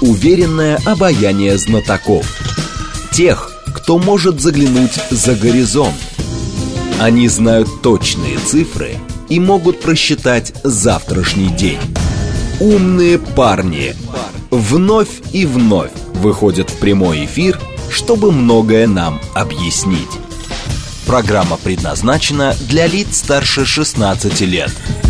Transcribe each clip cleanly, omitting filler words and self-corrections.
уверенное обаяние знатоков. Тех, кто может заглянуть за горизонт. Они знают точные цифры и могут просчитать завтрашний день. Умные парни вновь и вновь выходят в прямой эфир, чтобы многое нам объяснить. Программа предназначена для лиц старше 16 лет.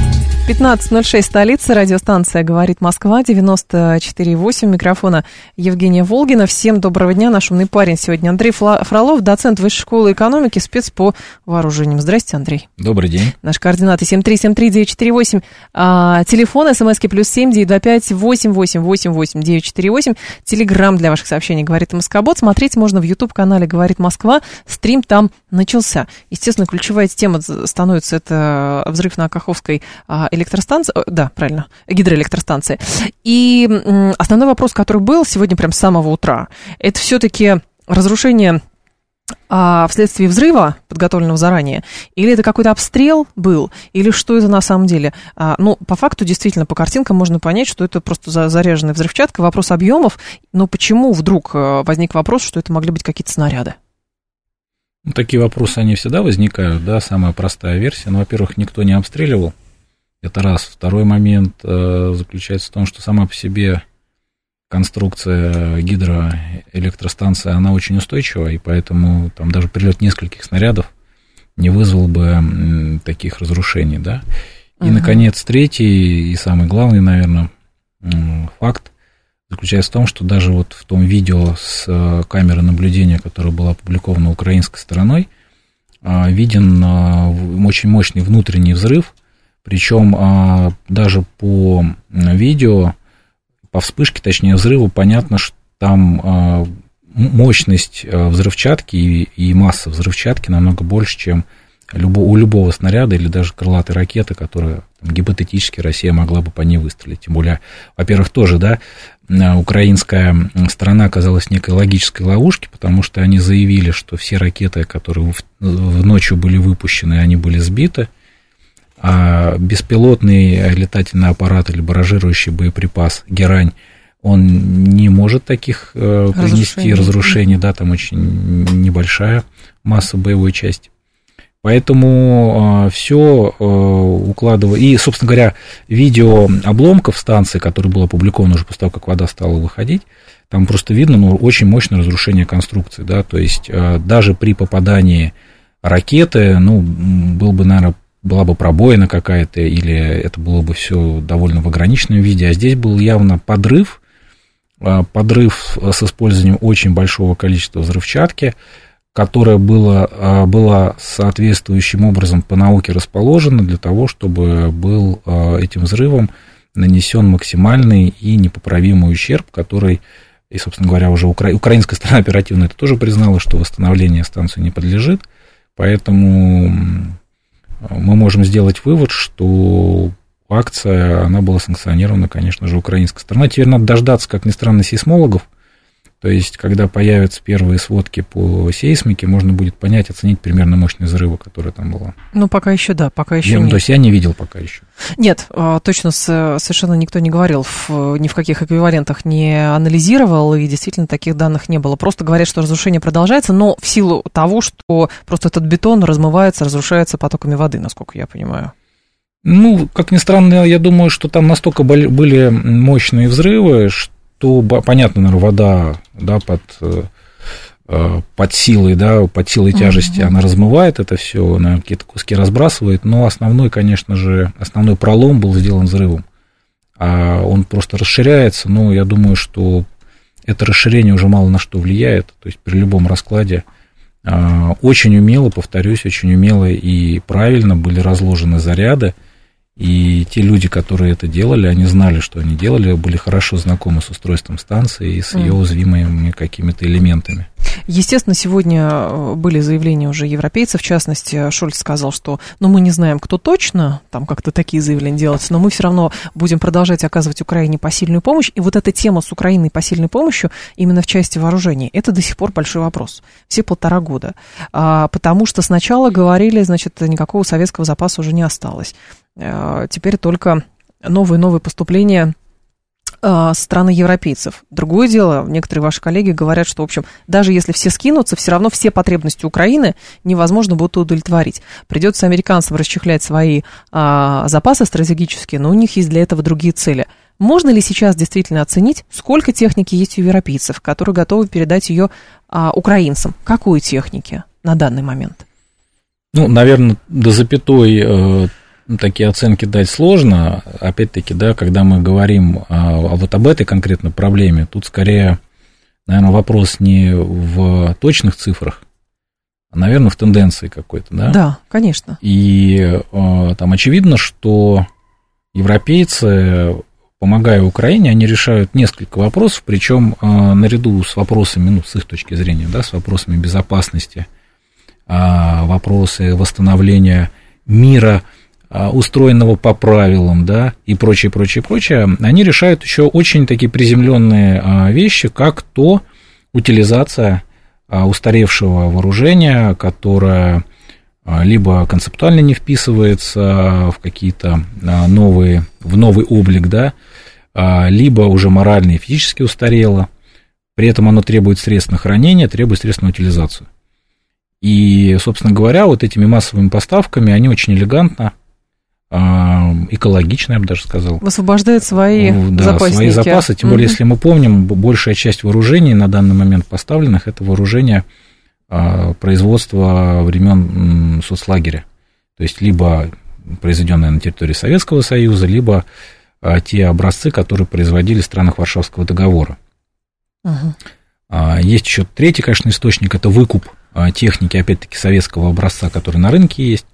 15:06, столица, радиостанция «Говорит Москва», 94,8, микрофона Евгения Волгина. Всем доброго дня, наш умный парень сегодня Андрей Фролов, доцент Высшей школы экономики, спец по вооружениям. Здрасте, Андрей. Добрый день. Наши координаты 7373948, телефон, смски +7 925 8888 948, телеграм для ваших сообщений «Говорит Москобот». Смотреть можно в YouTube-канале «Говорит Москва», стрим там начался. Естественно, ключевая тема становится это взрыв на Каховской электростанции, да, правильно, гидроэлектростанции. И основной вопрос, который был сегодня прям с самого утра, это все-таки разрушение вследствие взрыва, подготовленного заранее, или это какой-то обстрел был, или что это на самом деле. Ну, по факту, действительно, по картинкам можно понять, что это просто заряженная взрывчатка, вопрос объемов, но почему вдруг возник вопрос, что это могли быть какие-то снаряды? Ну, такие вопросы, они всегда возникают, да, самая простая версия. Ну, во-первых, никто не обстреливал. Это раз. Второй момент заключается в том, что сама по себе конструкция гидроэлектростанции, она очень устойчива, и поэтому там даже прилет нескольких снарядов не вызвал бы таких разрушений, да. И, наконец, третий и самый главный, наверное, факт заключается в том, что даже вот в том видео с камеры наблюдения, которое было опубликовано украинской стороной, виден очень мощный внутренний взрыв. Причем даже по видео, по вспышке, точнее взрыву, понятно, что там мощность взрывчатки и масса взрывчатки намного больше, чем у любого снаряда или даже крылатой ракеты, которую гипотетически Россия могла бы по ней выстрелить. Тем более, во-первых, тоже, да, украинская сторона оказалась в некой логической ловушке, потому что они заявили, что все ракеты, которые ночью были выпущены, они были сбиты. А беспилотный летательный аппарат или барражирующий боеприпас «Герань», он не может таких принести разрушений, да, там очень небольшая масса боевой части. Поэтому все укладывая... И, собственно говоря, видео обломков станции, которое было опубликовано уже после того, как вода стала выходить, там просто видно очень мощное разрушение конструкции, да, то есть даже при попадании ракеты, был бы, наверное, была бы пробоина какая-то, или это было бы все довольно в ограниченном виде, а здесь был явно подрыв с использованием очень большого количества взрывчатки, которая была соответствующим образом по науке расположена для того, чтобы был этим взрывом нанесен максимальный и непоправимый ущерб, который, и, собственно говоря, уже украинская сторона оперативно это тоже признала, что восстановление станции не подлежит, поэтому мы можем сделать вывод, что акция, она была санкционирована, конечно же, украинской стороной. Теперь надо дождаться, как ни странно, сейсмологов. То есть, когда появятся первые сводки по сейсмике, можно будет понять, оценить примерно мощность взрыва, которая там была. Ну, пока еще, да, пока еще нет. То есть, я не видел пока еще. Нет, точно совершенно никто не говорил, ни в каких эквивалентах не анализировал, и действительно таких данных не было. Просто говорят, что разрушение продолжается, но в силу того, что просто этот бетон размывается, разрушается потоками воды, насколько я понимаю. Ну, как ни странно, я думаю, что там настолько были мощные взрывы, что, понятно, наверное, вода, да, под силой тяжести она размывает это все, наверное, какие-то куски разбрасывает, но основной пролом был сделан взрывом, а он просто расширяется, но я думаю, что это расширение уже мало на что влияет, то есть при любом раскладе очень умело, повторюсь, очень умело и правильно были разложены заряды. И те люди, которые это делали, они знали, что они делали, были хорошо знакомы с устройством станции и с ее уязвимыми какими-то элементами. Естественно, сегодня были заявления уже европейцев, в частности, Шольц сказал, что мы не знаем, кто точно, там как-то такие заявления делать, но мы все равно будем продолжать оказывать Украине посильную помощь. И вот эта тема с Украиной посильной помощью именно в части вооружений, это до сих пор большой вопрос. Все 1,5 года. Потому что сначала говорили, значит, никакого советского запаса уже не осталось. Теперь только новые поступления со стороны европейцев. Другое дело, некоторые ваши коллеги говорят, что, в общем, даже если все скинутся, все равно все потребности Украины невозможно будут удовлетворить. Придется американцам расчехлять свои запасы стратегические, но у них есть для этого другие цели. Можно ли сейчас действительно оценить, сколько техники есть у европейцев, которые готовы передать ее украинцам? Какой техники на данный момент? Ну, наверное, до запятой такие оценки дать сложно. Опять-таки, да, когда мы говорим вот об этой конкретной проблеме, тут скорее, наверное, вопрос не в точных цифрах, а, наверное, в тенденции какой-то, да? Да, конечно. И там очевидно, что европейцы, помогая Украине, они решают несколько вопросов, причем наряду с вопросами, ну, с их точки зрения, да, с вопросами безопасности, вопросы восстановления мира, устроенного по правилам, да, и прочее, они решают еще очень такие приземленные вещи, как то утилизация устаревшего вооружения, которое либо концептуально не вписывается в какие-то новый облик, да, либо уже морально и физически устарело, при этом оно требует средств на хранение, требует средств на утилизацию. И, собственно говоря, вот этими массовыми поставками они очень элегантно, экологично, я бы даже сказал. Высвобождают свои запасники. Свои запасы, тем более, если мы помним, большая часть вооружений на данный момент поставленных, это вооружение производства времен соцлагеря. То есть, либо произведенное на территории Советского Союза, либо те образцы, которые производили в странах Варшавского договора. Есть еще третий, конечно, источник, это выкуп техники, опять-таки, советского образца, который на рынке есть,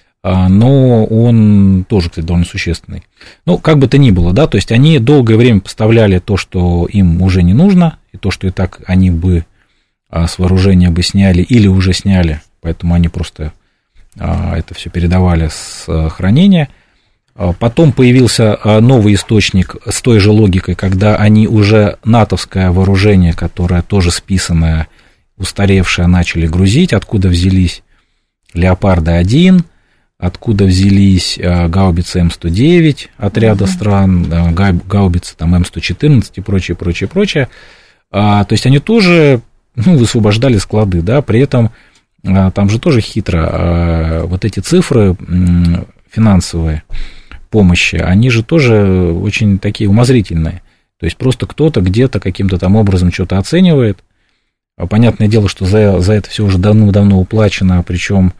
но он тоже, кстати, довольно существенный. Ну, как бы то ни было, да, то есть они долгое время поставляли то, что им уже не нужно, и то, что и так они бы с вооружения бы сняли или уже сняли, поэтому они просто это все передавали с хранения. Потом появился новый источник с той же логикой, когда они уже натовское вооружение, которое тоже списанное, устаревшее, начали грузить, откуда взялись «Леопарды-1», откуда взялись гаубицы М109 от ряда стран, гаубицы там М114 и прочее. То есть они тоже высвобождали склады, да, при этом там же тоже хитро, вот эти цифры финансовые помощи, они же тоже очень такие умозрительные. То есть просто кто-то где-то каким-то там образом что-то оценивает. Понятное дело, что за это все уже давно уплачено, причем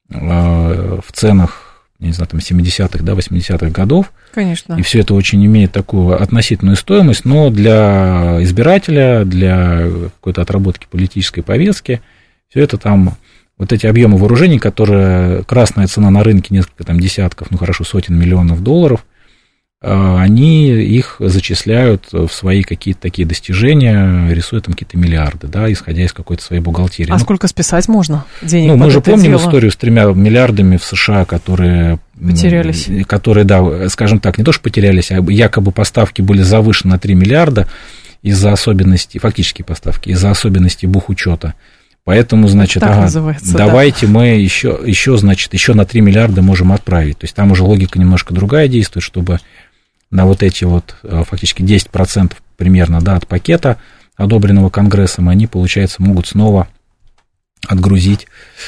в ценах, не знаю, там 70-х, да, 80-х годов. Конечно. И все это очень имеет такую относительную стоимость, но для избирателя, для какой-то отработки политической повестки, все это там, вот эти объемы вооружений, которые красная цена на рынке несколько там десятков, сотен миллионов долларов, они их зачисляют в свои какие-то такие достижения, рисуют там какие-то миллиарды, да, исходя из какой-то своей бухгалтерии. Сколько списать можно денег? Мы же помним историю с 3 миллиардами в США, которые потерялись. Которые, да, скажем так, не то что потерялись, а якобы поставки были завышены на 3 миллиарда из-за особенностей, фактически поставки, из-за особенностей бухучета. Поэтому, значит, давайте мы еще, значит, еще на 3 миллиарда можем отправить. То есть там уже логика немножко другая действует, чтобы на вот эти вот фактически 10% примерно, да, от пакета, одобренного Конгрессом, они, получается, могут снова отгрузить,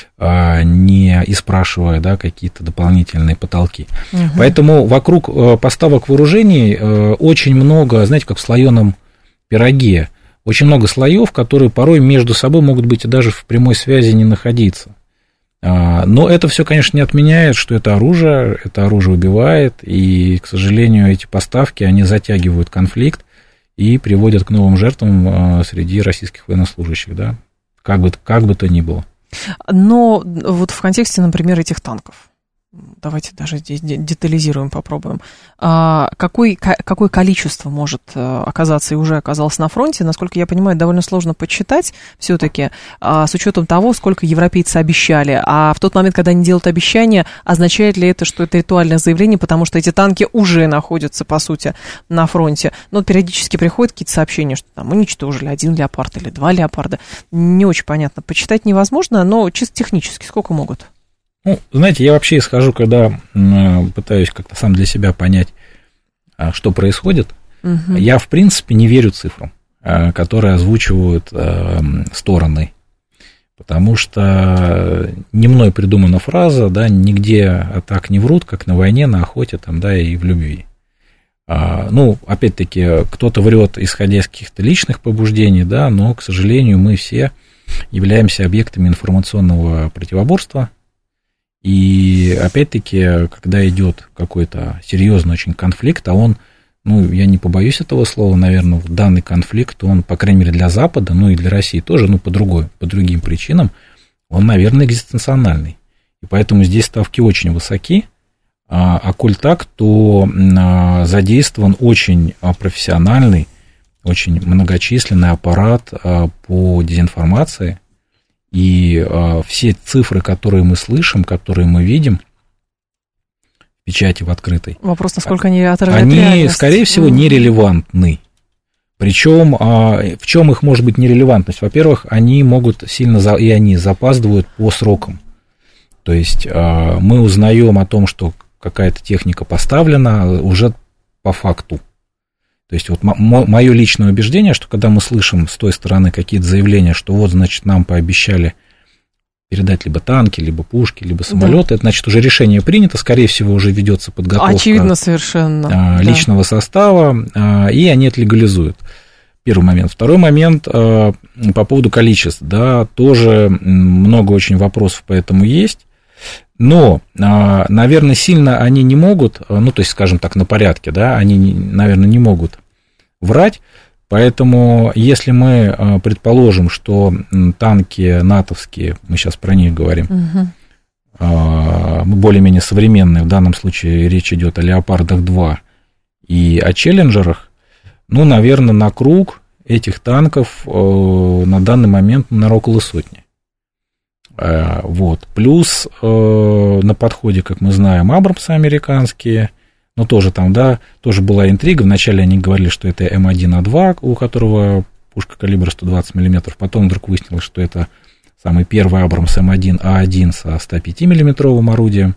не испрашивая, да, какие-то дополнительные потолки. Поэтому вокруг поставок вооружений очень много, знаете, как в слоеном пироге, очень много слоев, которые порой между собой могут быть и даже в прямой связи не находиться. Но это все, конечно, не отменяет, что это оружие убивает, и, к сожалению, эти поставки, они затягивают конфликт и приводят к новым жертвам среди российских военнослужащих, да, как бы то ни было. Но вот в контексте, например, этих танков, давайте даже здесь детализируем, попробуем. Какое количество может оказаться и уже оказалось на фронте? Насколько я понимаю, довольно сложно подсчитать все-таки, с учетом того, сколько европейцы обещали. А в тот момент, когда они делают обещания, означает ли это, что это ритуальное заявление, потому что эти танки уже находятся, по сути, на фронте? Но периодически приходят какие-то сообщения, что там уничтожили 1 леопард или 2 леопарда. Не очень понятно. Почитать невозможно, но чисто технически сколько могут? Знаете, я вообще исхожу, когда пытаюсь как-то сам для себя понять, что происходит. Я, в принципе, не верю цифрам, которые озвучивают стороны. Потому что не мной придумана фраза, да, нигде так не врут, как на войне, на охоте, там, да, и в любви. Ну, опять-таки, кто-то врет, исходя из каких-то личных побуждений, да, но, к сожалению, мы все являемся объектами информационного противоборства. И, опять-таки, когда идет какой-то серьезный очень конфликт, а он, ну, я не побоюсь этого слова, наверное, данный конфликт, он, по крайней мере, для Запада, ну, и для России тоже, ну, по другим причинам, он, наверное, экзистенциональный. И поэтому здесь ставки очень высоки, а коль так, то задействован очень профессиональный, очень многочисленный аппарат по дезинформации, и все цифры, которые мы слышим, которые мы видим, печати в открытой. Вопрос, насколько они отражают реальность. Они, скорее всего, нерелевантны. Причем в чем их может быть нерелевантность? Во-первых, они могут они запаздывают по срокам. То есть мы узнаем о том, что какая-то техника поставлена уже по факту. То есть вот мое личное убеждение, что когда мы слышим с той стороны какие-то заявления, что вот, значит, нам пообещали передать либо танки, либо пушки, либо самолеты, да. Это значит, уже решение принято, скорее всего, уже ведется подготовка очевидно совершенно личного состава, и они это легализуют. Первый момент. Второй момент по поводу количеств. Да, тоже много очень вопросов по этому есть. Но, наверное, сильно они не могут, ну, то есть, скажем так, на порядке, да, они, наверное, не могут врать. Поэтому, если мы предположим, что танки натовские, мы сейчас про них говорим, более-менее современные, в данном случае речь идет о Леопардах-2 и о Челленджерах, ну, наверное, на круг этих танков на данный момент, наверное, около сотни. Вот. Плюс на подходе, как мы знаем, Абрамсы американские, но тоже там, да, тоже была интрига. Вначале они говорили, что это М1А2, у которого пушка калибра 120 мм, потом вдруг выяснилось, что это самый первый Абрамс М1А1 со 105-миллиметровым орудием,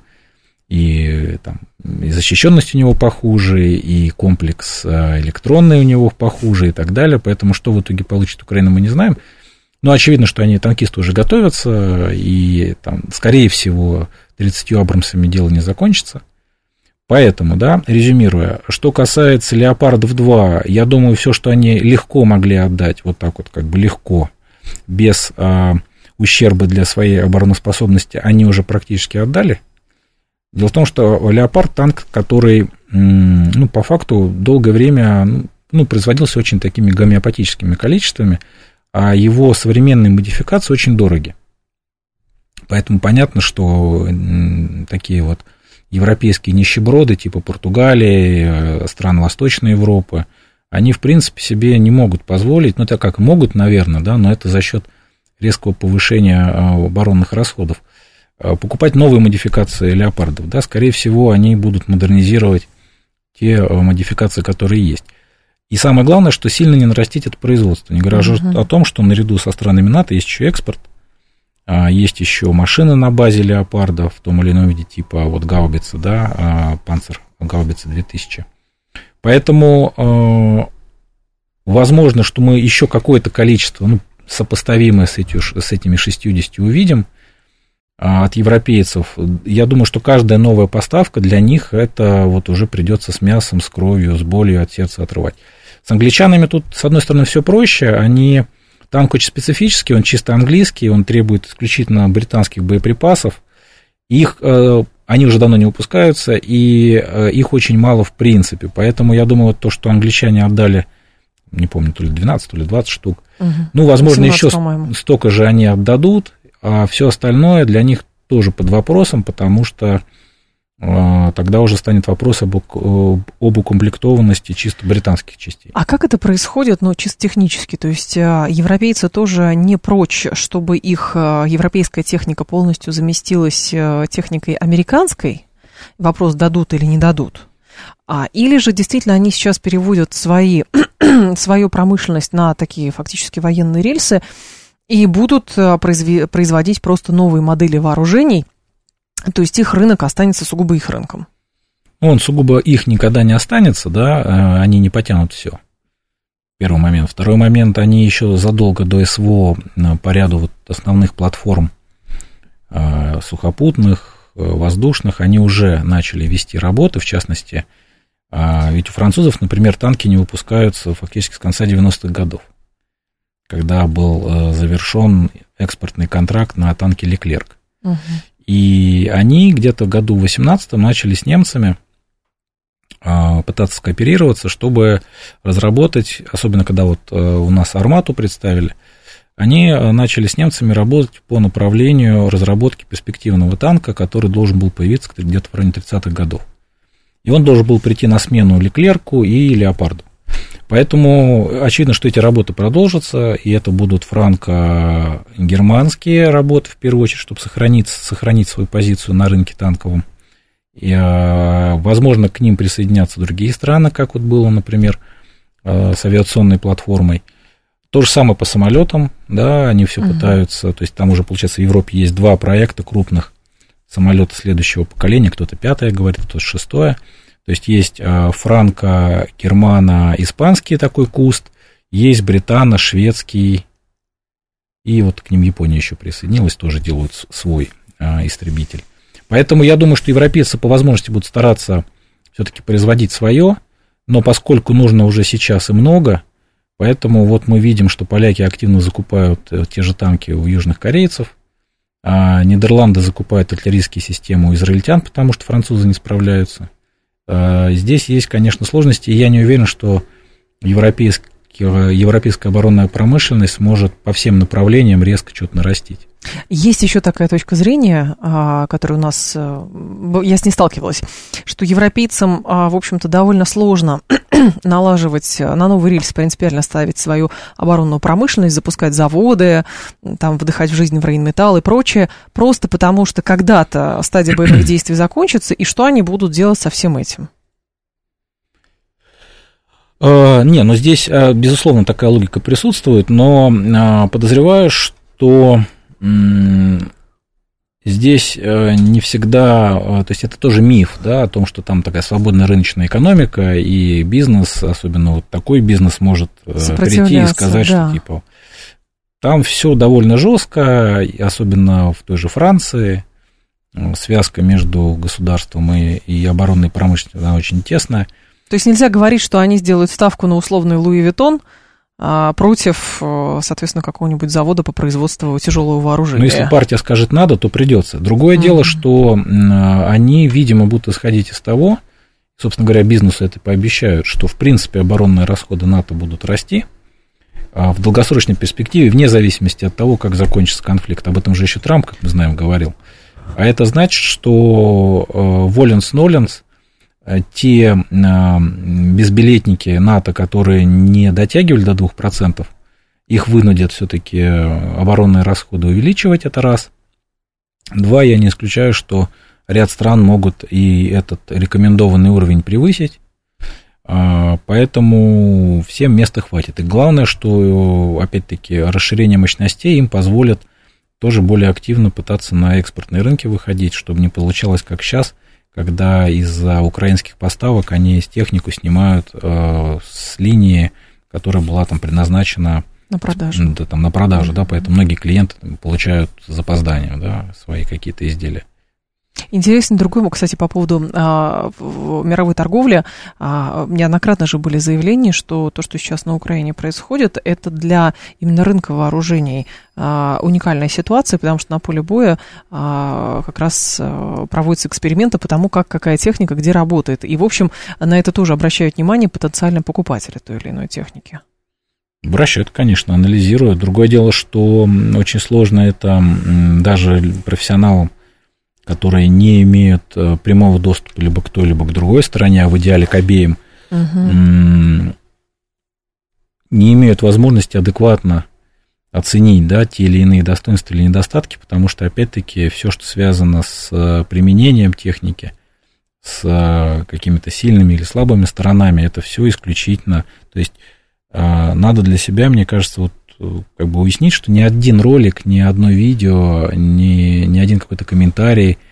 и там и защищенность у него похуже, и комплекс электронный у него похуже, и так далее. Поэтому что в итоге получит Украина, мы не знаем. Но очевидно, что они, танкисты, уже готовятся, и там, скорее всего, 30 Абрамсами дело не закончится. Поэтому, да, резюмируя, что касается Леопардов-2, я думаю, все, что они легко могли отдать, вот так вот, как бы легко, без ущерба для своей обороноспособности, они уже практически отдали. Дело в том, что Леопард — танк, который, ну, по факту, долгое время, ну, производился очень такими гомеопатическими количествами, а его современные модификации очень дороги. Поэтому понятно, что такие вот европейские нищеброды типа Португалии, стран Восточной Европы, они, в принципе, себе не могут позволить, ну, так как могут, наверное, да, но это за счет резкого повышения оборонных расходов, покупать новые модификации Леопардов. Да, скорее всего, они будут модернизировать те модификации, которые есть. И самое главное, что сильно не нарастить это производство. Не говоря о том, что наряду со странами НАТО есть еще экспорт, есть еще машины на базе Леопарда в том или ином виде, типа вот гаубицы, да, Панцер гаубицы 2000. Поэтому возможно, что мы еще какое-то количество, ну, сопоставимое с этими 60 увидим от европейцев. Я думаю, что каждая новая поставка для них это вот уже придется с мясом, с кровью, с болью от сердца отрывать. С англичанами тут, с одной стороны, все проще. Танк очень специфический, он чисто английский, он требует исключительно британских боеприпасов. Они уже давно не выпускаются, и их очень мало в принципе. Поэтому я думаю, вот то, что англичане отдали, не помню, то ли 12, то ли 20 штук, ну, возможно, 17, еще по-моему. Столько же они отдадут, а все остальное для них тоже под вопросом, потому что тогда уже станет вопрос об укомплектованности чисто британских частей. А как это происходит, ну, чисто технически? То есть европейцы тоже не прочь, чтобы их европейская техника полностью заместилась техникой американской? Вопрос, дадут или не дадут? Или же действительно они сейчас переводят свою промышленность на такие фактически военные рельсы и будут производить просто новые модели вооружений, то есть их рынок останется сугубо их рынком? он сугубо их никогда не останется, да, они не потянут все. Первый момент. Второй момент, они еще задолго до СВО по ряду вот основных платформ сухопутных, воздушных, они уже начали вести работы, в частности, ведь у французов, например, танки не выпускаются фактически с конца 90-х годов, когда был завершен экспортный контракт на танки «Леклерк». Угу. И они где-то в году 18-м начали с немцами пытаться скооперироваться, чтобы разработать, особенно когда вот у нас «Армату» представили, они начали с немцами работать по направлению разработки перспективного танка, который должен был появиться где-то в районе 30-х годов. И он должен был прийти на смену «Леклерку» и «Леопарду». Поэтому очевидно, что эти работы продолжатся, и это будут франко-германские работы, в первую очередь, чтобы сохранить свою позицию на рынке танковом. И, возможно, к ним присоединятся другие страны, как вот было, например, с авиационной платформой. То же самое по самолетам, да, они все пытаются, то есть там уже, получается, в Европе есть 2 проекта крупных самолета следующего поколения, кто-то 5-е говорит, кто-то 6-е. То есть есть франко-германо-испанский такой куст, есть британо-шведский, и вот к ним Япония еще присоединилась, тоже делают свой истребитель. Поэтому я думаю, что европейцы по возможности будут стараться все-таки производить свое, но поскольку нужно уже сейчас и много, поэтому вот мы видим, что поляки активно закупают те же танки у южных корейцев, а Нидерланды закупают артиллерийские системы у израильтян, потому что французы не справляются. Здесь есть, конечно, сложности, и я не уверен, что европейская оборонная промышленность может по всем направлениям резко что-то нарастить. Есть еще такая точка зрения, которая у нас, я с ней сталкивалась, что европейцам, в общем-то, довольно сложно налаживать, на новый рельс принципиально ставить свою оборонную промышленность, запускать заводы, там, вдыхать в жизнь в Рейнметалл и прочее, просто потому что когда-то стадия боевых действий закончится, и что они будут делать со всем этим? Ну здесь, безусловно, такая логика присутствует, но подозреваю, что здесь не всегда, то есть это тоже миф, да, о том, что там такая свободная рыночная экономика, и бизнес, особенно вот такой бизнес, может прийти и сказать, да, что типа там все довольно жестко, особенно в той же Франции, связка между государством и оборонной промышленностью, она очень тесная. То есть нельзя говорить, что они сделают ставку на условный Луи Виттон против, соответственно, какого-нибудь завода по производству тяжелого вооружения. Но если партия скажет надо, то придется. Другое дело, что они, видимо, будут исходить из того, собственно говоря, бизнесу это пообещают, что, в принципе, оборонные расходы НАТО будут расти в долгосрочной перспективе, вне зависимости от того, как закончится конфликт. Об этом же еще Трамп, как мы знаем, говорил. А это значит, что воленс-ноленс, те безбилетники НАТО, которые не дотягивали до 2%, их вынудят все-таки оборонные расходы увеличивать, это раз. 2, я не исключаю, что ряд стран могут и этот рекомендованный уровень превысить, поэтому всем места хватит. И главное, что, опять-таки, расширение мощностей им позволит тоже более активно пытаться на экспортные рынки выходить, чтобы не получалось, как сейчас, когда из-за украинских поставок они технику снимают с линии, которая была там предназначена на продажу. Да, там, на продажу, да, поэтому многие клиенты получают с запозданием, да, свои какие-то изделия. Интересен другой, кстати, по поводу мировой торговли. Неоднократно же были заявления, что то, что сейчас на Украине происходит, это для именно рынка вооружений уникальная ситуация, потому что на поле боя как раз проводятся эксперименты по тому, какая техника где работает. И, в общем, на это тоже обращают внимание потенциальные покупатели той или иной техники. Обращают, конечно, анализируют. Другое дело, что очень сложно это даже профессионалам, которые не имеют прямого доступа либо к той, либо к другой стороне, а в идеале к обеим, не имеют возможности адекватно оценить, да, те или иные достоинства или недостатки, потому что, опять-таки, все, что связано с применением техники, с какими-то сильными или слабыми сторонами, это все исключительно, то есть надо для себя, мне кажется, вот как бы уяснить, что ни один ролик, ни одно видео, ни один какой-то комментарий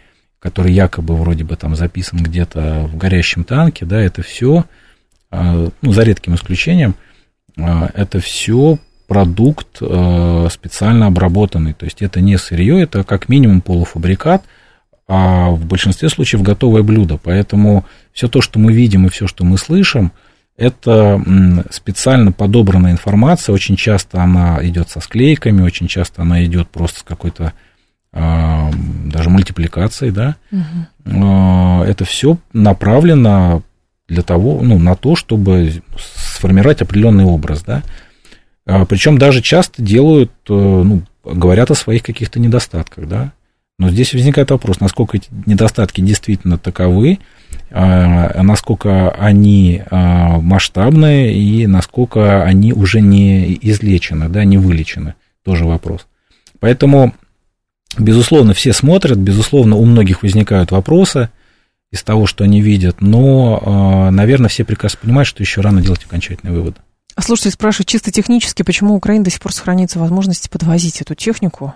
который якобы вроде бы там записан где-то в горящем танке, да, это все, за редким исключением, это все продукт специально обработанный, то есть это не сырье, это как минимум полуфабрикат, а в большинстве случаев готовое блюдо, поэтому все то, что мы видим и все, что мы слышим, это специально подобранная информация, очень часто она идет со склейками, очень часто она идет просто с какой-то даже мультипликацией, да, это все направлено для того, на то, чтобы сформировать определенный образ, да, причем даже часто делают, говорят о своих каких-то недостатках, да, но здесь возникает вопрос, насколько эти недостатки действительно таковы, насколько они масштабные и насколько они уже не излечены, да, не вылечены, тоже вопрос. Поэтому, безусловно, все смотрят, безусловно, у многих возникают вопросы из того, что они видят, но, наверное, все прекрасно понимают, что еще рано делать окончательные выводы. Слушайте, спрашивают чисто технически, почему у Украины до сих пор сохраняется возможность подвозить эту технику?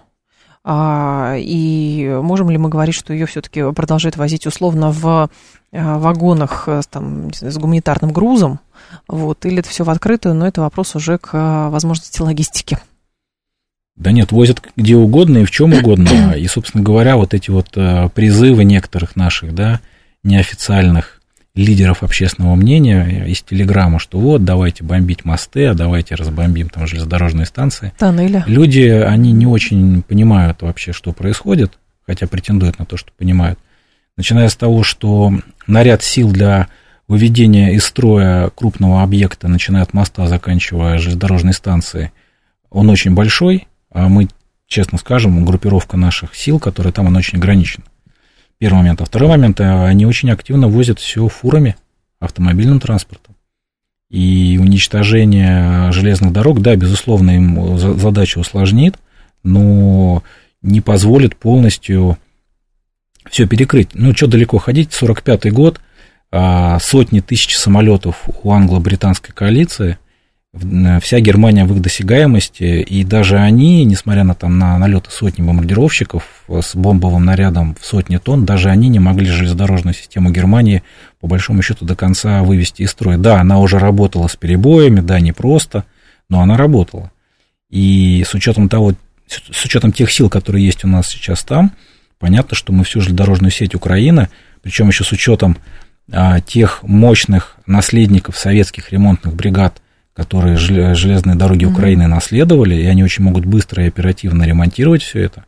И можем ли мы говорить, что ее все-таки продолжают возить условно в вагонах там, с гуманитарным грузом, или это все в открытую, но это вопрос уже к возможности логистики? Да нет, возят где угодно и в чем угодно. И, собственно говоря, вот эти вот призывы некоторых наших, да, неофициальных лидеров общественного мнения из Телеграма, что вот, давайте бомбить мосты, а давайте разбомбим там железнодорожные станции. Тоннели. Люди, они не очень понимают вообще, что происходит, хотя претендуют на то, что понимают. Начиная с того, что наряд сил для выведения из строя крупного объекта, начиная от моста, заканчивая железнодорожной станцией, он очень большой, а мы, честно скажем, группировка наших сил, которая там, она очень ограничена. Первый момент. А второй момент, они очень активно возят все фурами, автомобильным транспортом. И уничтожение железных дорог, да, безусловно, им задачу усложнит, но не позволит полностью все перекрыть. Что далеко ходить, 45-й год, сотни тысяч самолетов у англо-британской коалиции, вся Германия в их досягаемости, и даже они, несмотря на налеты сотни бомбардировщиков с бомбовым нарядом в сотни тонн, даже они не могли железнодорожную систему Германии по большому счету до конца вывести из строя. Да, она уже работала с перебоями, да, не просто, но она работала. И с учетом тех сил, которые есть у нас сейчас там, понятно, что мы всю железнодорожную сеть Украины, причем еще с учетом тех мощных наследников советских ремонтных бригад, которые железные дороги Украины наследовали, и они очень могут быстро и оперативно ремонтировать все это.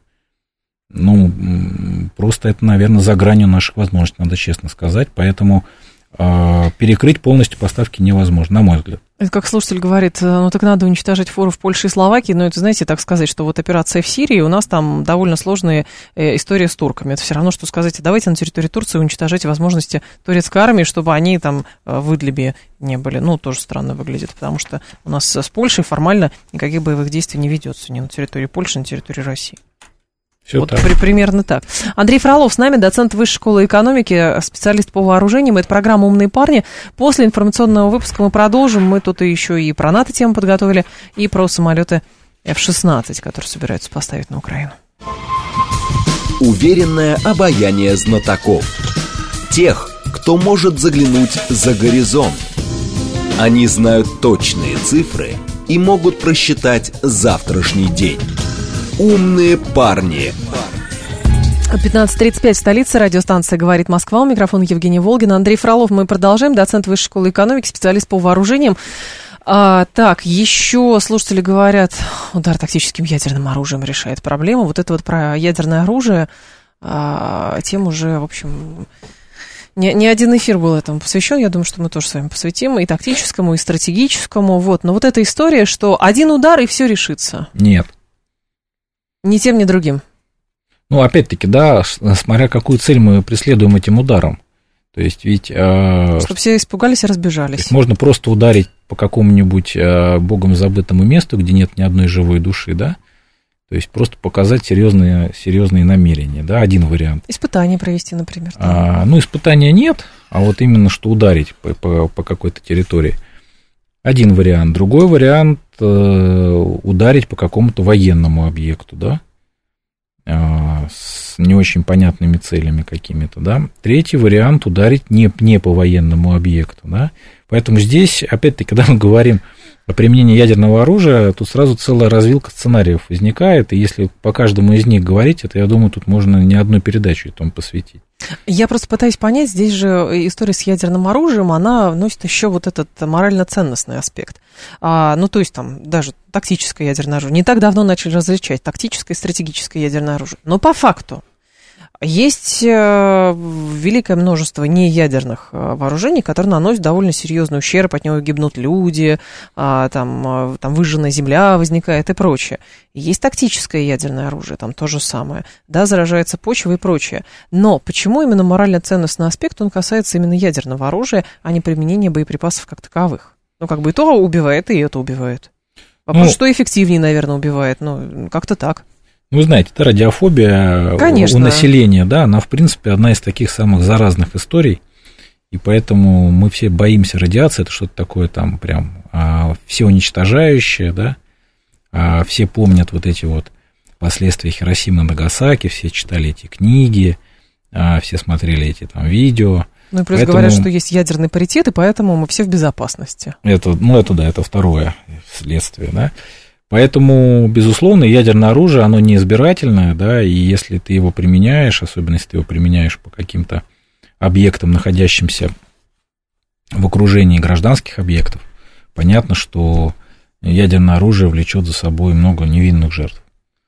Просто это, наверное, за гранью наших возможностей, надо честно сказать. Поэтому перекрыть полностью поставки невозможно, на мой взгляд. Это как слушатель говорит, так надо уничтожать фуры в Польше и Словакии, но это, знаете, так сказать, что вот операция в Сирии, у нас там довольно сложная история с турками. Это все равно, что сказать, давайте на территории Турции уничтожать возможности турецкой армии, чтобы они там в Идлибе не были. Тоже странно выглядит, потому что у нас с Польшей формально никаких боевых действий не ведется ни на территории Польши, ни на территории России. Все вот примерно так. Андрей Фролов с нами, доцент Высшей школы экономики, специалист по вооружениям. Это программа «Умные парни». После информационного выпуска мы продолжим. Мы тут еще и про НАТО тему подготовили, и про самолеты F-16, которые собираются поставить на Украину. Уверенное обаяние знатоков. Тех, кто может заглянуть за горизонт. Они знают точные цифры и могут просчитать завтрашний день. «Умные парни». 15:35 в столице. Радиостанция «Говорит Москва». У микрофона Евгения Волгина. Андрей Фролов. Мы продолжаем. Доцент Высшей школы экономики, специалист по вооружениям. Так, еще слушатели говорят, удар тактическим ядерным оружием решает проблему. Вот это вот про ядерное оружие, тем уже, в общем... Не один эфир был этому посвящен, я думаю, что мы тоже с вами посвятим и тактическому, и стратегическому. Но вот эта история, что один удар, и все решится. Нет. Ни тем, ни другим. Опять-таки, да, смотря какую цель мы преследуем этим ударом. То есть ведь... Чтобы все испугались и разбежались. Можно просто ударить по какому-нибудь богом забытому месту, где нет ни одной живой души, да? То есть просто показать серьезные намерения, да, один вариант. Испытания провести, например. Испытания нет, а вот именно что ударить по какой-то территории. Один вариант. Другой вариант ударить по какому-то военному объекту, да. с не очень понятными целями какими-то, да. Третий вариант — ударить не по военному объекту, да. Поэтому здесь, опять-таки, когда мы говорим о применении ядерного оружия, тут сразу целая развилка сценариев возникает, и если по каждому из них говорить, это, я думаю, тут можно не одну передачу этому посвятить. Я просто пытаюсь понять, здесь же история с ядерным оружием, она носит еще вот этот морально-ценностный аспект. То есть там даже тактическое ядерное оружие. Не так давно начали различать тактическое и стратегическое ядерное оружие. Но по факту есть великое множество неядерных вооружений, которые наносят довольно серьезный ущерб, от него гибнут люди, там выжженная земля возникает и прочее. Есть тактическое ядерное оружие, там то же самое, да, заражается почва и прочее. Но почему именно морально-ценностный аспект, он касается именно ядерного оружия, а не применения боеприпасов как таковых? И то убивает, и это убивает. Вопрос, что эффективнее, наверное, убивает, как-то так. Вы знаете, это радиофобия. Конечно. У населения, да, она, в принципе, одна из таких самых заразных историй, и поэтому мы все боимся радиации, это что-то такое там прям всеуничтожающее, да, все помнят вот эти вот последствия Хиросимы и Нагасаки, все читали эти книги, все смотрели эти там видео. И плюс говорят, что есть ядерный паритет, и поэтому мы все в безопасности. Это второе следствие, да. Поэтому, безусловно, ядерное оружие, оно неизбирательное, да, и если ты его применяешь, особенно если ты его применяешь по каким-то объектам, находящимся в окружении гражданских объектов, понятно, что ядерное оружие влечет за собой много невинных жертв.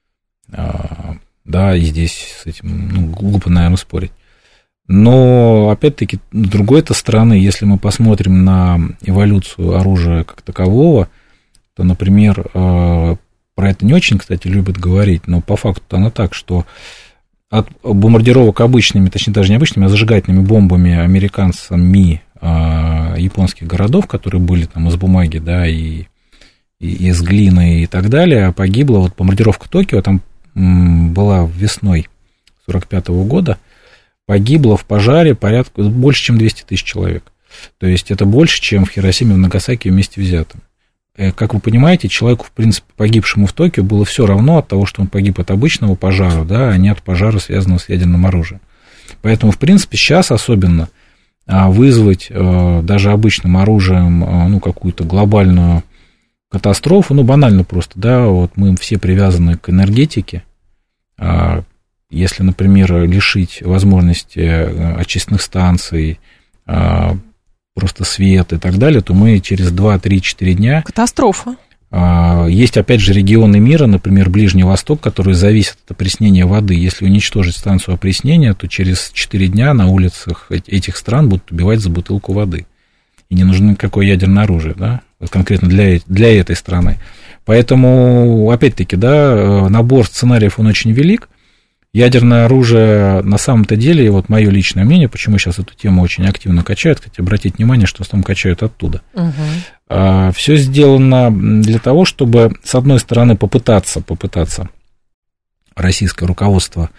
Да, и здесь с этим глупо, наверное, спорить. Но, опять-таки, с другой-то стороны, если мы посмотрим на эволюцию оружия как такового, то, например, про это не очень, кстати, любят говорить, но по факту оно так, что от бомбардировок обычными, точнее даже не обычными, а зажигательными бомбами американцами японских городов, которые были там из бумаги, да, и из глины и так далее, погибло, вот бомбардировка Токио, там была весной 1945 года, погибло в пожаре порядка больше, чем 200 тысяч человек. То есть это больше, чем в Хиросиме и в Нагасаки вместе взятым. Как вы понимаете, человеку, в принципе, погибшему в Токио, было все равно от того, что он погиб от обычного пожара, да, а не от пожара, связанного с ядерным оружием. Поэтому, в принципе, сейчас особенно вызвать даже обычным оружием какую-то глобальную катастрофу, банально просто, да, вот мы все привязаны к энергетике. Если, например, лишить возможности очистных станций, просто свет и так далее, то мы через 2-3-4 дня... Катастрофа. Есть, опять же, регионы мира, например, Ближний Восток, которые зависят от опреснения воды. Если уничтожить станцию опреснения, то через 4 дня на улицах этих стран будут убивать за бутылку воды. И не нужно никакое ядерное оружие, да, конкретно для этой страны. Поэтому, опять-таки, да, набор сценариев, он очень велик. Ядерное оружие, на самом-то деле, и вот мое личное мнение, почему сейчас эту тему очень активно качают, кстати, обратите внимание, что в основном качают оттуда. Все сделано для того, чтобы, с одной стороны, попытаться российское руководство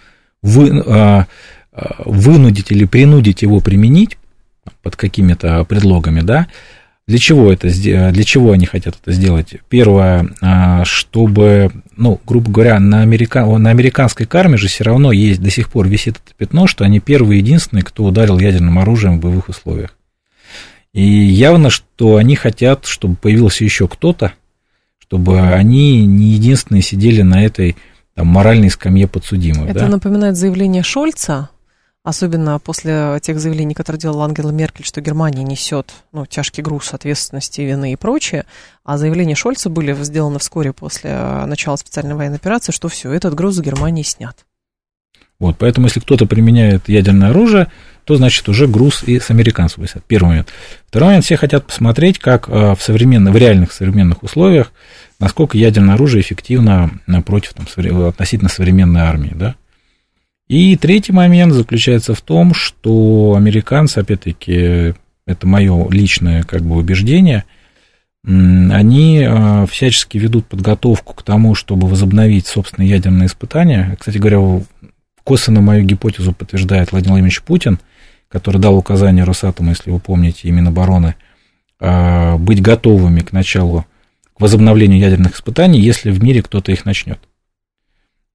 вынудить или принудить его применить под какими-то предлогами, да. Для чего они хотят это сделать? Первое, чтобы, грубо говоря, на американской карме же все равно до сих пор висит это пятно, что они первые и единственные, кто ударил ядерным оружием в боевых условиях. И явно, что они хотят, чтобы появился еще кто-то, чтобы они не единственные сидели на этой моральной скамье подсудимых. Это напоминает заявление Шольца, особенно после тех заявлений, которые делала Ангела Меркель, что Германия несет тяжкий груз ответственности, вины и прочее. А заявления Шольца были сделаны вскоре после начала специальной военной операции, что все, этот груз за Германией снят. Вот, поэтому, если кто-то применяет ядерное оружие, то, значит, уже груз и с американцев висит. Первый момент. Второй момент, все хотят посмотреть, как в реальных современных условиях, насколько ядерное оружие эффективно относительно современной армии, да. И третий момент заключается в том, что американцы, опять-таки, это мое личное убеждение, они всячески ведут подготовку к тому, чтобы возобновить собственные ядерные испытания. Кстати говоря, косвенно мою гипотезу подтверждает Владимир Владимирович Путин, который дал указание Росатому, если вы помните, и Минобороны, быть готовыми к возобновлению ядерных испытаний, если в мире кто-то их начнет.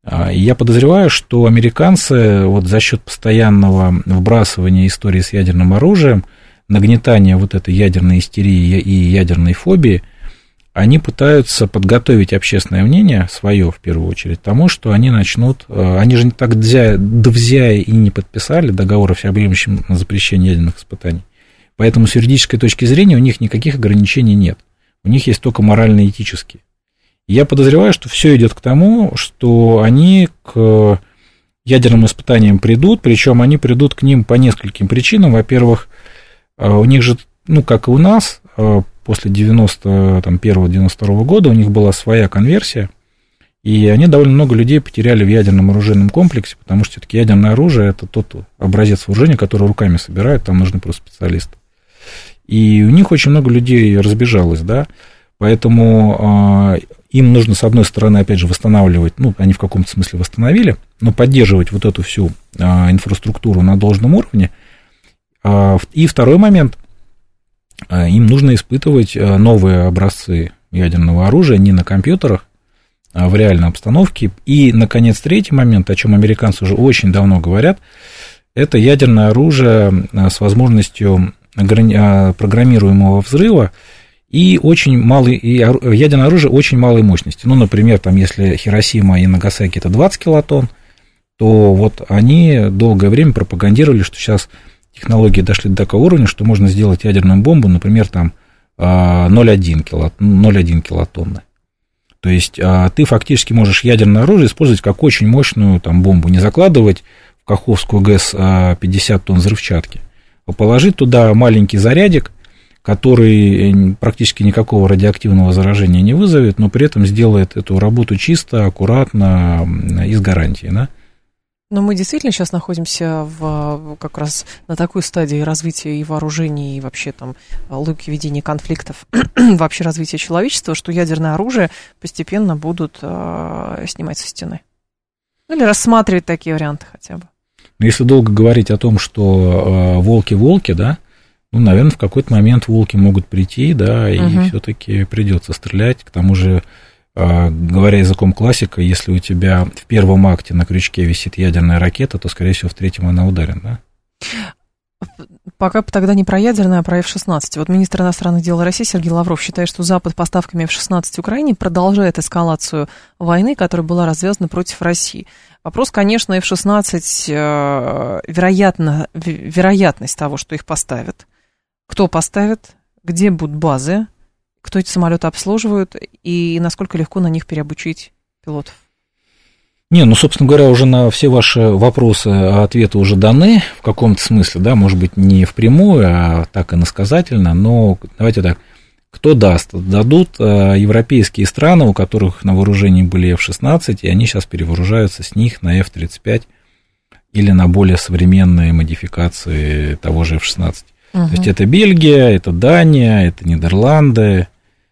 И я подозреваю, что американцы вот за счет постоянного вбрасывания истории с ядерным оружием, нагнетания вот этой ядерной истерии и ядерной фобии, они пытаются подготовить общественное мнение свое, в первую очередь, к тому, что они начнут... Они же так взяя и не подписали договор о всеобъемлющем запрещении ядерных испытаний. Поэтому с юридической точки зрения у них никаких ограничений нет. У них есть только морально-этические. Я подозреваю, что все идет к тому, что они к ядерным испытаниям придут, причем они придут к ним по нескольким причинам. Во-первых, у них же, ну, как и у нас, после 91-92 года у них была своя конверсия, и они довольно много людей потеряли в ядерном оружейном комплексе, потому что все-таки ядерное оружие – это тот образец вооружения, который руками собирают, там нужны просто специалисты. И у них очень много людей разбежалось, да, поэтому им нужно, с одной стороны, опять же, восстанавливать, ну, они в каком-то смысле восстановили, но поддерживать вот эту всю инфраструктуру на должном уровне. И второй момент, им нужно испытывать новые образцы ядерного оружия не на компьютерах, а в реальной обстановке. И, наконец, третий момент, о чем американцы уже очень давно говорят, это ядерное оружие с возможностью программируемого взрыва и очень малый, и ядерное оружие очень малой мощности. Ну, например, там, если Хиросима и Нагасаки это 20 килотонн, то вот они долгое время пропагандировали, что сейчас технологии дошли до такого уровня, что можно сделать ядерную бомбу, например, там 0,1 килотонны. То есть ты фактически можешь ядерное оружие использовать как очень мощную там бомбу, не закладывать в Каховскую ГЭС 50 тонн взрывчатки, а положить туда маленький зарядик, который практически никакого радиоактивного заражения не вызовет, но при этом сделает эту работу чисто, аккуратно и с гарантией, да? Но мы действительно сейчас находимся как раз на такой стадии развития и вооружений, и вообще там логики ведения конфликтов, вообще развития человечества, что ядерное оружие постепенно будут снимать со стены. Или рассматривать такие варианты хотя бы. Если долго говорить о том, что волки, да, ну, наверное, в какой-то момент волки могут прийти, да, и все-таки придется стрелять. К тому же, говоря языком классика, если у тебя в первом акте на крючке висит ядерная ракета, то, скорее всего, в третьем она ударит, да? Пока тогда не про ядерное, а про F-16. Вот министр иностранных дел России Сергей Лавров считает, что Запад поставками F-16 Украине продолжает эскалацию войны, которая была развязана против России. Вопрос, конечно, F-16, вероятность того, что их поставят. Кто поставит, где будут базы, кто эти самолеты обслуживают и насколько легко на них переобучить пилотов? Не, ну, собственно говоря, уже на все ваши вопросы ответы уже даны в каком-то смысле, да, может быть, не впрямую, а так иносказательно, но давайте так, кто даст? Дадут европейские страны, у которых на вооружении были F-16, и они сейчас перевооружаются с них на F-35 или на более современные модификации того же F-16. То есть это Бельгия, это Дания, это Нидерланды,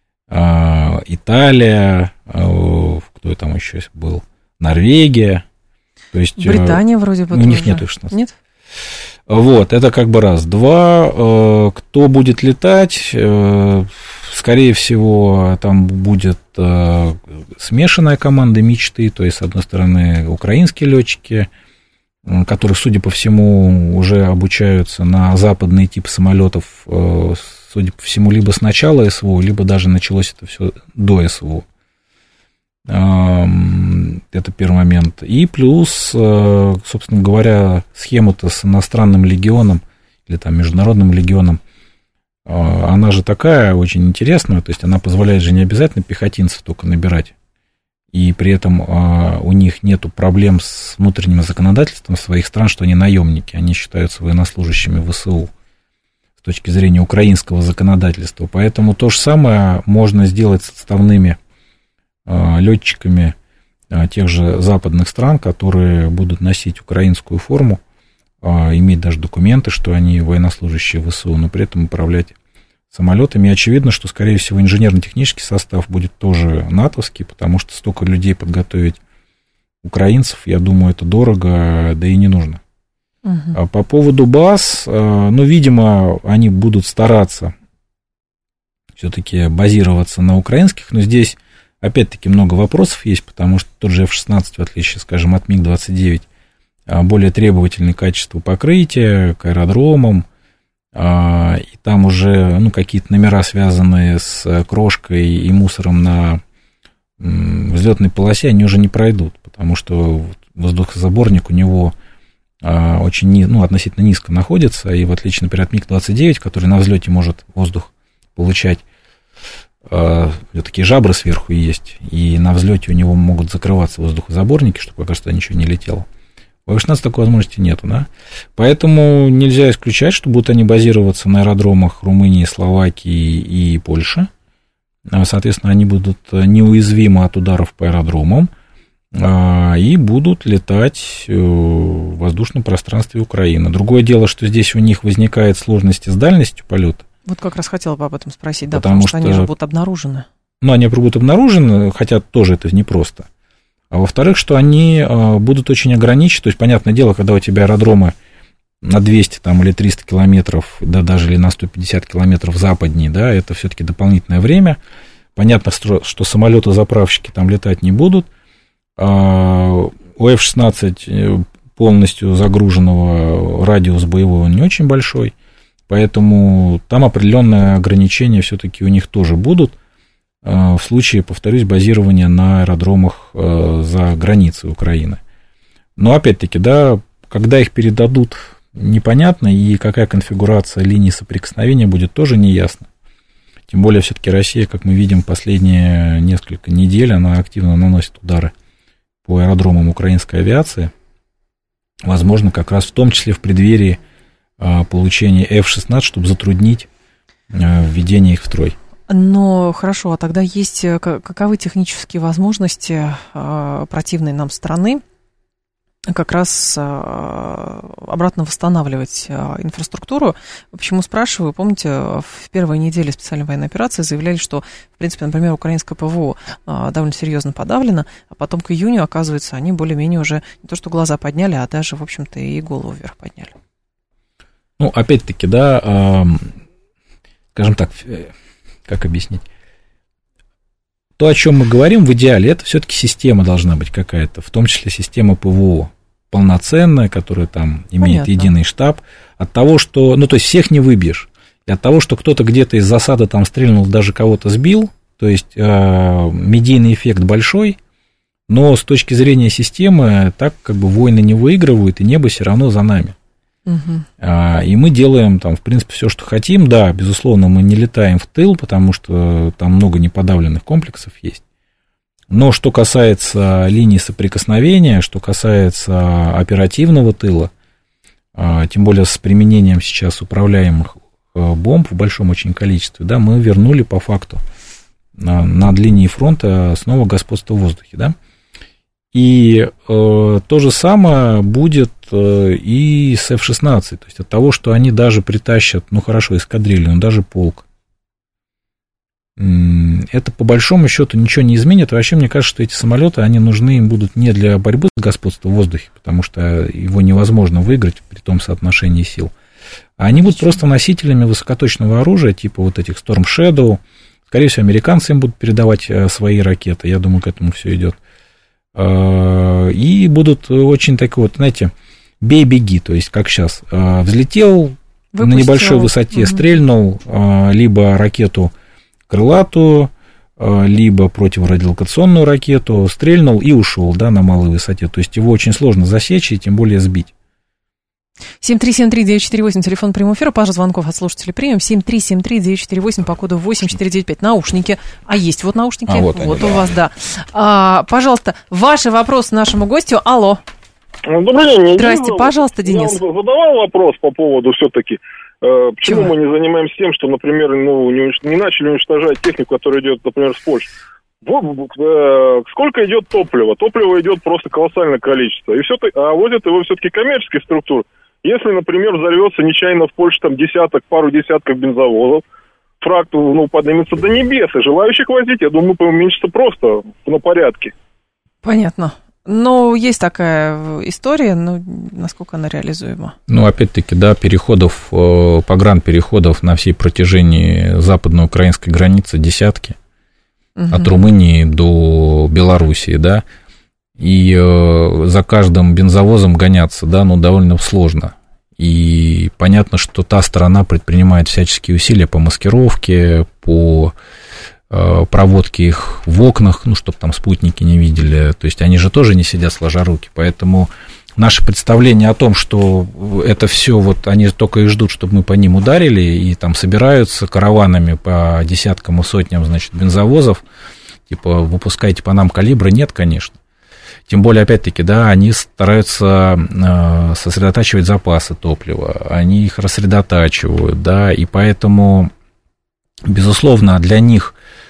Италия, кто там еще был, Норвегия. То есть, Британия вроде бы у тоже. них нет F-16. Нет? Вот, это как бы раз. Два, кто будет летать, скорее всего, там будет смешанная команда мечты, то есть, с одной стороны, украинские летчики, которые, судя по всему, уже обучаются на западные типы самолетов, судя по всему, либо с начала СВО, либо даже началось это все до СВО. Это первый момент. И плюс, собственно говоря, схема-то с иностранным легионом или там международным легионом, она же такая очень интересная, то есть она позволяет же не обязательно пехотинцев только набирать. И при этом у них нет проблем с внутренним законодательством своих стран, что они наемники, они считаются военнослужащими ВСУ с точки зрения украинского законодательства. Поэтому то же самое можно сделать с отставными летчиками тех же западных стран, которые будут носить украинскую форму, иметь даже документы, что они военнослужащие ВСУ, но при этом управлять самолетами. И очевидно, что, скорее всего, инженерно-технический состав будет тоже натовский, потому что столько людей подготовить украинцев, я думаю, это дорого, да и не нужно. А по поводу баз, ну, видимо, они будут стараться все-таки базироваться на украинских, но здесь опять-таки много вопросов есть, потому что тот же F-16, в отличие, скажем, от МиГ-29, более требовательное качество покрытия к аэродромам, и там уже какие-то номера, связанные с крошкой и мусором на взлетной полосе, они уже не пройдут, потому что воздухозаборник у него очень относительно низко находится, и в отличие, например, от МиГ-29, который на взлете может воздух получать, такие жабры сверху есть, и на взлете у него могут закрываться воздухозаборники, чтобы как раз туда ничего не летело. У F-16 такой возможности нету, да? Поэтому нельзя исключать, что будут они базироваться на аэродромах Румынии, Словакии и Польши. Соответственно, они будут неуязвимы от ударов по аэродромам и будут летать в воздушном пространстве Украины. Другое дело, что здесь у них возникают сложности с дальностью полета. Вот как раз хотела бы об этом спросить, да, потому что они же будут обнаружены. Они будут обнаружены, хотя тоже это непросто. А во-вторых, что они будут очень ограничены, то есть, понятное дело, когда у тебя аэродромы на 200 или 300 километров, да даже или на 150 километров западнее, да, это все-таки дополнительное время. Понятно, что самолеты-заправщики там летать не будут. У F-16 полностью загруженного радиус боевой, он не очень большой, поэтому там определенные ограничения все-таки у них тоже будут. В случае, повторюсь, базирования на аэродромах за границей Украины. Но опять-таки, да, когда их передадут, непонятно, и какая конфигурация линии соприкосновения будет, тоже неясно. Тем более, все-таки Россия, как мы видим, последние несколько недель, она активно наносит удары по аэродромам украинской авиации. Возможно, как раз в том числе в преддверии получения F-16, чтобы затруднить введение их в строй. Но хорошо, а тогда есть каковы технические возможности противной нам страны как раз обратно восстанавливать инфраструктуру? Почему спрашиваю? Помните, в первой неделе специальной военной операции заявляли, что, в принципе, например, украинское ПВО довольно серьезно подавлено, а потом к июню, оказывается, они более-менее уже не то что глаза подняли, а даже, в общем-то, и голову вверх подняли. Опять-таки, да, скажем так, как объяснить? То, о чем мы говорим в идеале, это все-таки система должна быть какая-то, в том числе система ПВО, полноценная, которая там имеет единый штаб. От того, что, то есть всех не выбьешь, и от того, что кто-то где-то из засады там стрельнул, даже кого-то сбил, то есть медийный эффект большой, но с точки зрения системы так как бы войны не выигрывают, и небо все равно за нами. И мы делаем там, в принципе, все, что хотим. Да, безусловно, мы не летаем в тыл, потому что там много неподавленных комплексов есть. Но что касается линии соприкосновения, что касается оперативного тыла, тем более с применением сейчас управляемых бомб в большом очень количестве, да, мы вернули по факту над линией фронта снова господство в воздухе, да. И то же самое будет и с F-16, то есть от того, что они даже притащат, эскадрилью, даже полк, это по большому счету ничего не изменит. Вообще, мне кажется, что эти самолеты, они нужны им будут не для борьбы с господством в воздухе, потому что его невозможно выиграть при том соотношении сил, а они будут просто носителями высокоточного оружия, типа вот этих Storm Shadow. Скорее всего, американцы им будут передавать свои ракеты, я думаю, к этому все идет. И будут очень такие знаете, бей-беги, то есть как сейчас, взлетел, выпустил, на небольшой высоте стрельнул, либо ракету крылатую, либо противорадиолокационную ракету, стрельнул и ушел, да, на малой высоте, то есть его очень сложно засечь и тем более сбить. 7373948, телефон прямого эфира, пара звонков от слушателей примем, 7373948 по коду 8495, наушники, есть вот наушники, вот у вас, да. Пожалуйста, ваши вопросы нашему гостю, алло. Добрый день. Здрасте, пожалуйста, Денис. Я вам задавал вопрос по поводу все-таки, почему мы не занимаемся тем, что, например, не начали уничтожать технику, которая идет, например, с Польши. Сколько идет топлива? Топлива идет просто колоссальное количество. А возят его все-таки коммерческие структуры. Если, например, взорвется нечаянно в Польше пару десятков бензовозов, фракт поднимется до небес, и желающих возить, я думаю, уменьшится просто на порядке. Понятно. Есть такая история, но насколько она реализуема? Опять-таки, да, погранпереходов на всей протяжении западно-украинской границы десятки. от Румынии до Белоруссии, да, и за каждым бензовозом гоняться, да, ну, довольно сложно. И понятно, что та сторона предпринимает всяческие усилия по маскировке, по проводке их в окнах, ну, чтобы там спутники не видели. То есть они же тоже не сидят сложа руки. Поэтому наше представление о том, что это все вот они только и ждут, чтобы мы по ним ударили, и там собираются караванами по десяткам и сотням, значит, бензовозов, типа, выпускайте по нам калибры, нет, конечно. Тем более, опять-таки, да, они стараются сосредотачивать запасы топлива, они их рассредотачивают, да, и поэтому, безусловно, для них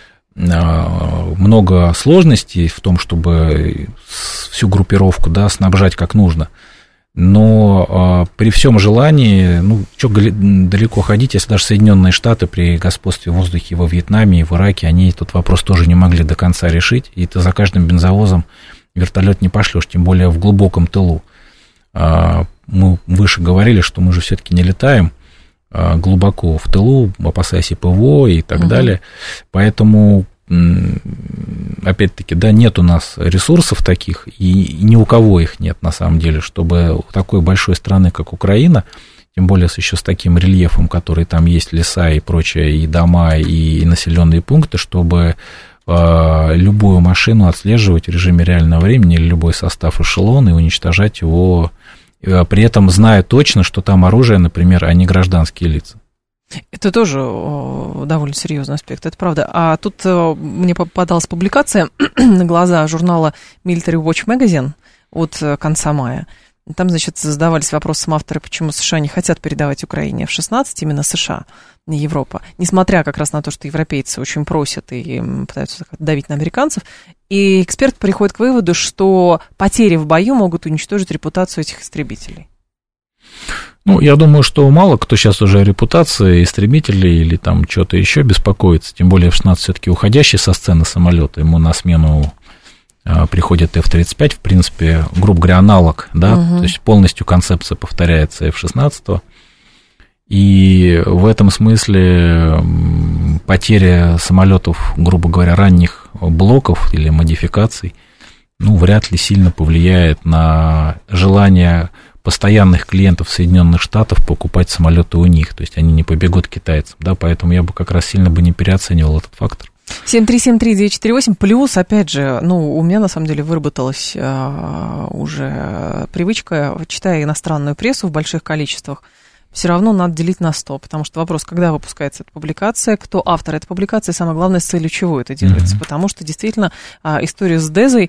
много сложностей в том, чтобы всю группировку, да, снабжать как нужно. Но при всем желании, ну, что далеко ходить, если даже Соединенные Штаты при господстве в воздухе во Вьетнаме и в Ираке, они этот вопрос тоже не могли до конца решить, и ты за каждым бензовозом вертолет не пошлешь, тем более в глубоком тылу. Мы выше говорили, что мы же все-таки не летаем глубоко в тылу, опасаясь и ПВО и так далее. Поэтому, опять-таки, да, нет у нас ресурсов таких, и ни у кого их нет, на самом деле, чтобы у такой большой страны, как Украина, тем более еще с таким рельефом, который там есть, леса и прочее, и дома, и населенные пункты, чтобы любую машину отслеживать в режиме реального времени или любой состав эшелона и уничтожать его, при этом зная точно, что там оружие, например, а не гражданские лица. Это тоже довольно серьезный аспект, это правда. А тут мне попадалась публикация на глаза журнала Military Watch Magazine от конца мая. Там, значит, задавались вопросом авторы, почему США не хотят передавать Украине F-16, именно США, не Европа, несмотря как раз на то, что европейцы очень просят и пытаются давить на американцев. И эксперт приходит к выводу, что потери в бою могут уничтожить репутацию этих истребителей. Ну, я думаю, что мало кто сейчас уже о репутации истребителей или там что-то еще беспокоится, тем более F-16 все-таки уходящий со сцены самолета, ему на смену приходит F-35, в принципе, грубо говоря, аналог, да, то есть полностью концепция повторяется F-16, и в этом смысле потеря самолетов, грубо говоря, ранних блоков или модификаций, ну, вряд ли сильно повлияет на желание постоянных клиентов Соединенных Штатов покупать самолеты у них, то есть они не побегут к китайцам, да, поэтому я бы как раз сильно бы не переоценивал этот фактор. 7373948, плюс, опять же, ну, у меня, на самом деле, выработалась уже привычка, читая иностранную прессу в больших количествах, все равно надо делить на 100, потому что вопрос, когда выпускается эта публикация, кто автор этой публикации, самое главное, с целью чего это делается, потому что, действительно, история с Дезой,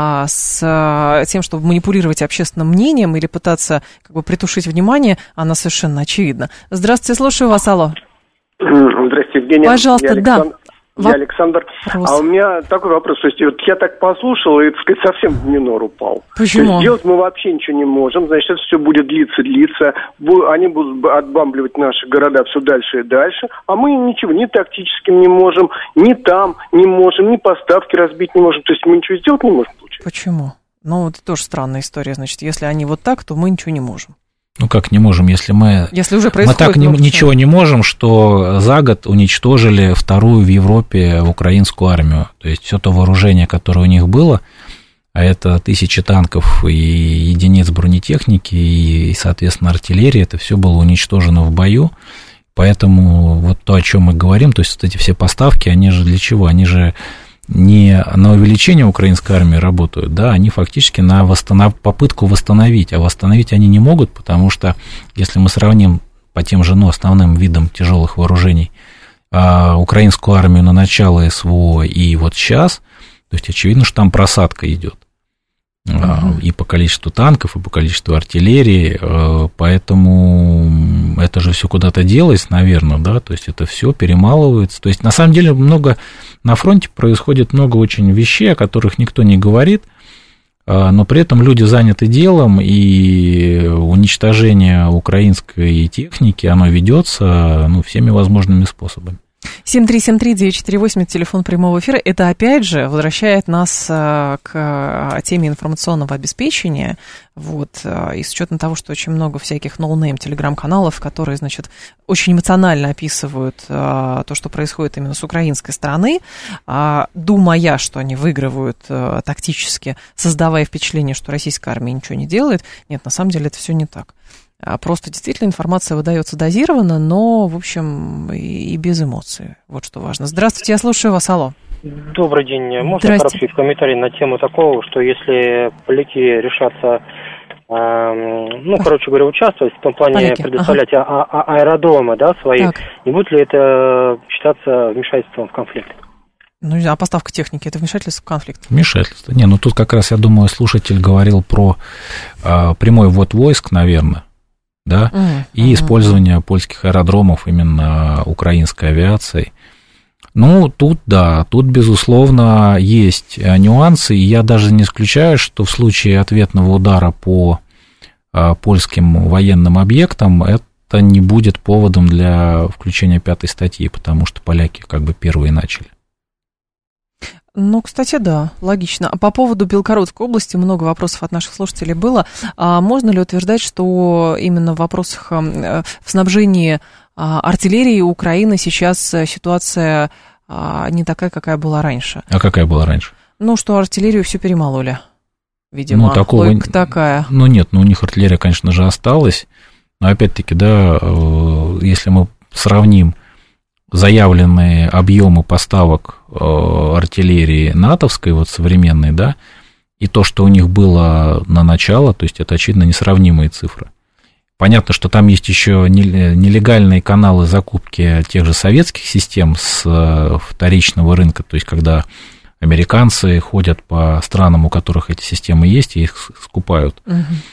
с тем, чтобы манипулировать общественным мнением или пытаться, как бы, притушить внимание, она совершенно очевидна. Здравствуйте, слушаю вас, алло. Здравствуйте, Евгения. Пожалуйста, да. Я Александр. А у меня такой вопрос. То есть, вот я так послушал, и, так сказать, совсем в минор упал. Почему? То есть, делать мы вообще ничего не можем. Значит, это все будет длиться. Они будут отбамбливать наши города все дальше и дальше. А мы ничего, ни тактическим не можем, ни там не можем, ни поставки разбить не можем. То есть, мы ничего сделать не можем, получается. Почему? Ну, это тоже странная история. Значит, если они вот так, то мы ничего не можем. Ну, как не можем, если уже происходит, мы так ничего не можем, что за год уничтожили вторую в Европе украинскую армию. То есть все то вооружение, которое у них было, а это 1000 танков и единиц бронетехники, и, соответственно, артиллерии, это все было уничтожено в бою. Поэтому вот то, о чем мы говорим, то есть вот эти все поставки, они же для чего? Они же не на увеличение украинской армии работают, да, они фактически на попытку восстановить, а восстановить они не могут, потому что, если мы сравним по тем же, основным видам тяжелых вооружений украинскую армию на начало СВО и вот сейчас, то есть очевидно, что там просадка идет. И по количеству танков, и по количеству артиллерии, поэтому это же все куда-то делось, наверное, да, то есть это все перемалывается, то есть на самом деле на фронте происходит много очень вещей, о которых никто не говорит, но при этом люди заняты делом, и уничтожение украинской техники, оно ведется, всеми возможными способами. 7373948, телефон прямого эфира. Это, опять же, возвращает нас к теме информационного обеспечения. Вот, и с учетом того, что очень много всяких ноунейм телеграм-каналов, которые, значит, очень эмоционально описывают то, что происходит именно с украинской стороны, думая, что они выигрывают тактически, создавая впечатление, что российская армия ничего не делает. Нет, на самом деле это все не так. Просто действительно информация выдается дозированно, но, в общем, и без эмоций. Вот что важно. Здравствуйте, я слушаю вас, алло. Добрый день. Можно короткий комментарий на тему такого, что если поляки решатся, короче говоря, участвовать в том плане, предоставлять аэродромы, да, свои, не будет ли это считаться вмешательством в конфликт? Ну, а поставка техники – это вмешательство в конфликт? Вмешательство. Не, ну тут как раз, я думаю, слушатель говорил про прямой ввод войск, наверное, да, и использование польских аэродромов именно украинской авиацией. Ну, тут, да, тут, безусловно, есть нюансы, и я даже не исключаю, что в случае ответного удара по польским военным объектам это не будет поводом для включения 5-й статьи, потому что поляки как бы первые начали. Ну, кстати, да, логично. А по поводу Белгородской области много вопросов от наших слушателей было. Можно ли утверждать, что именно в вопросах в снабжении артиллерии Украины сейчас ситуация не такая, какая была раньше? А какая была раньше? Ну, что артиллерию всю перемололи, видимо. Логика такая. Ну, нет, у них артиллерия, конечно же, осталась. Но, опять-таки, да, если мы сравним заявленные объемы поставок артиллерии натовской, вот современной, да, и то, что у них было на начало, то есть это, очевидно, несравнимые цифры. Понятно, что там есть еще нелегальные каналы закупки тех же советских систем с вторичного рынка, то есть когда американцы ходят по странам, у которых эти системы есть, и их скупают.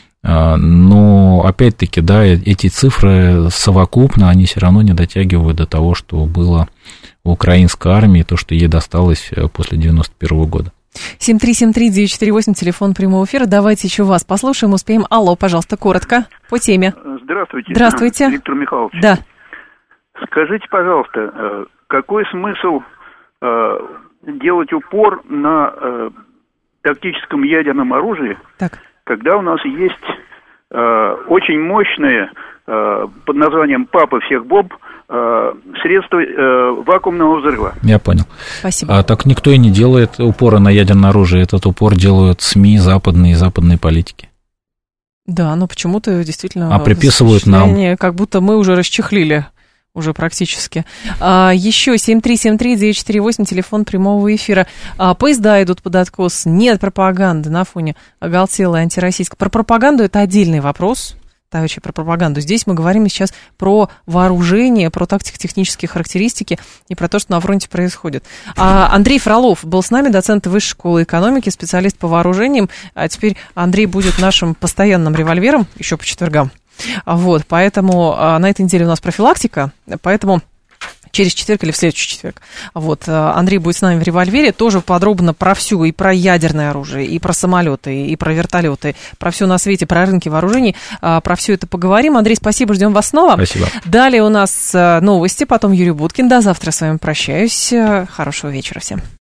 Но, опять-таки, да, эти цифры совокупно, они все равно не дотягивают до того, что было у украинской армии, то, что ей досталось после 91 года. 7373948, телефон прямого эфира. Давайте еще вас послушаем, успеем. Алло, пожалуйста, коротко, по теме. Здравствуйте. Здравствуйте. Виктор Михайлович. Да. Скажите, пожалуйста, какой смысл делать упор на тактическом ядерном оружии, когда у нас есть очень мощные, под названием «Папа всех бомб», средства вакуумного взрыва? Я понял. Спасибо. А так никто и не делает упора на ядерное оружие. Этот упор делают СМИ западные и западные политики. Да, но почему-то действительно... А приписывают нам. Как будто мы уже расчехлили. Уже практически. Еще 7373948, телефон прямого эфира. Поезда идут под откос. Нет пропаганды на фоне оголтелой антироссийской. Про пропаганду это отдельный вопрос, товарищи, про пропаганду. Здесь мы говорим сейчас про вооружение, про тактико-технические характеристики и про то, что на фронте происходит. Андрей Фролов был с нами, доцент Высшей школы экономики, специалист по вооружениям. А теперь Андрей будет нашим постоянным револьвером еще по четвергам. Вот, поэтому на этой неделе у нас профилактика, поэтому через четверг или в следующий четверг. Вот, Андрей будет с нами в револьвере, тоже подробно про всю, и про ядерное оружие, и про самолеты, и про вертолеты, про все на свете, про рынки вооружений, про все это поговорим. Андрей, спасибо, ждем вас снова. Спасибо. Далее у нас новости, потом Юрий Буткин. До завтра с вами прощаюсь. Хорошего вечера всем.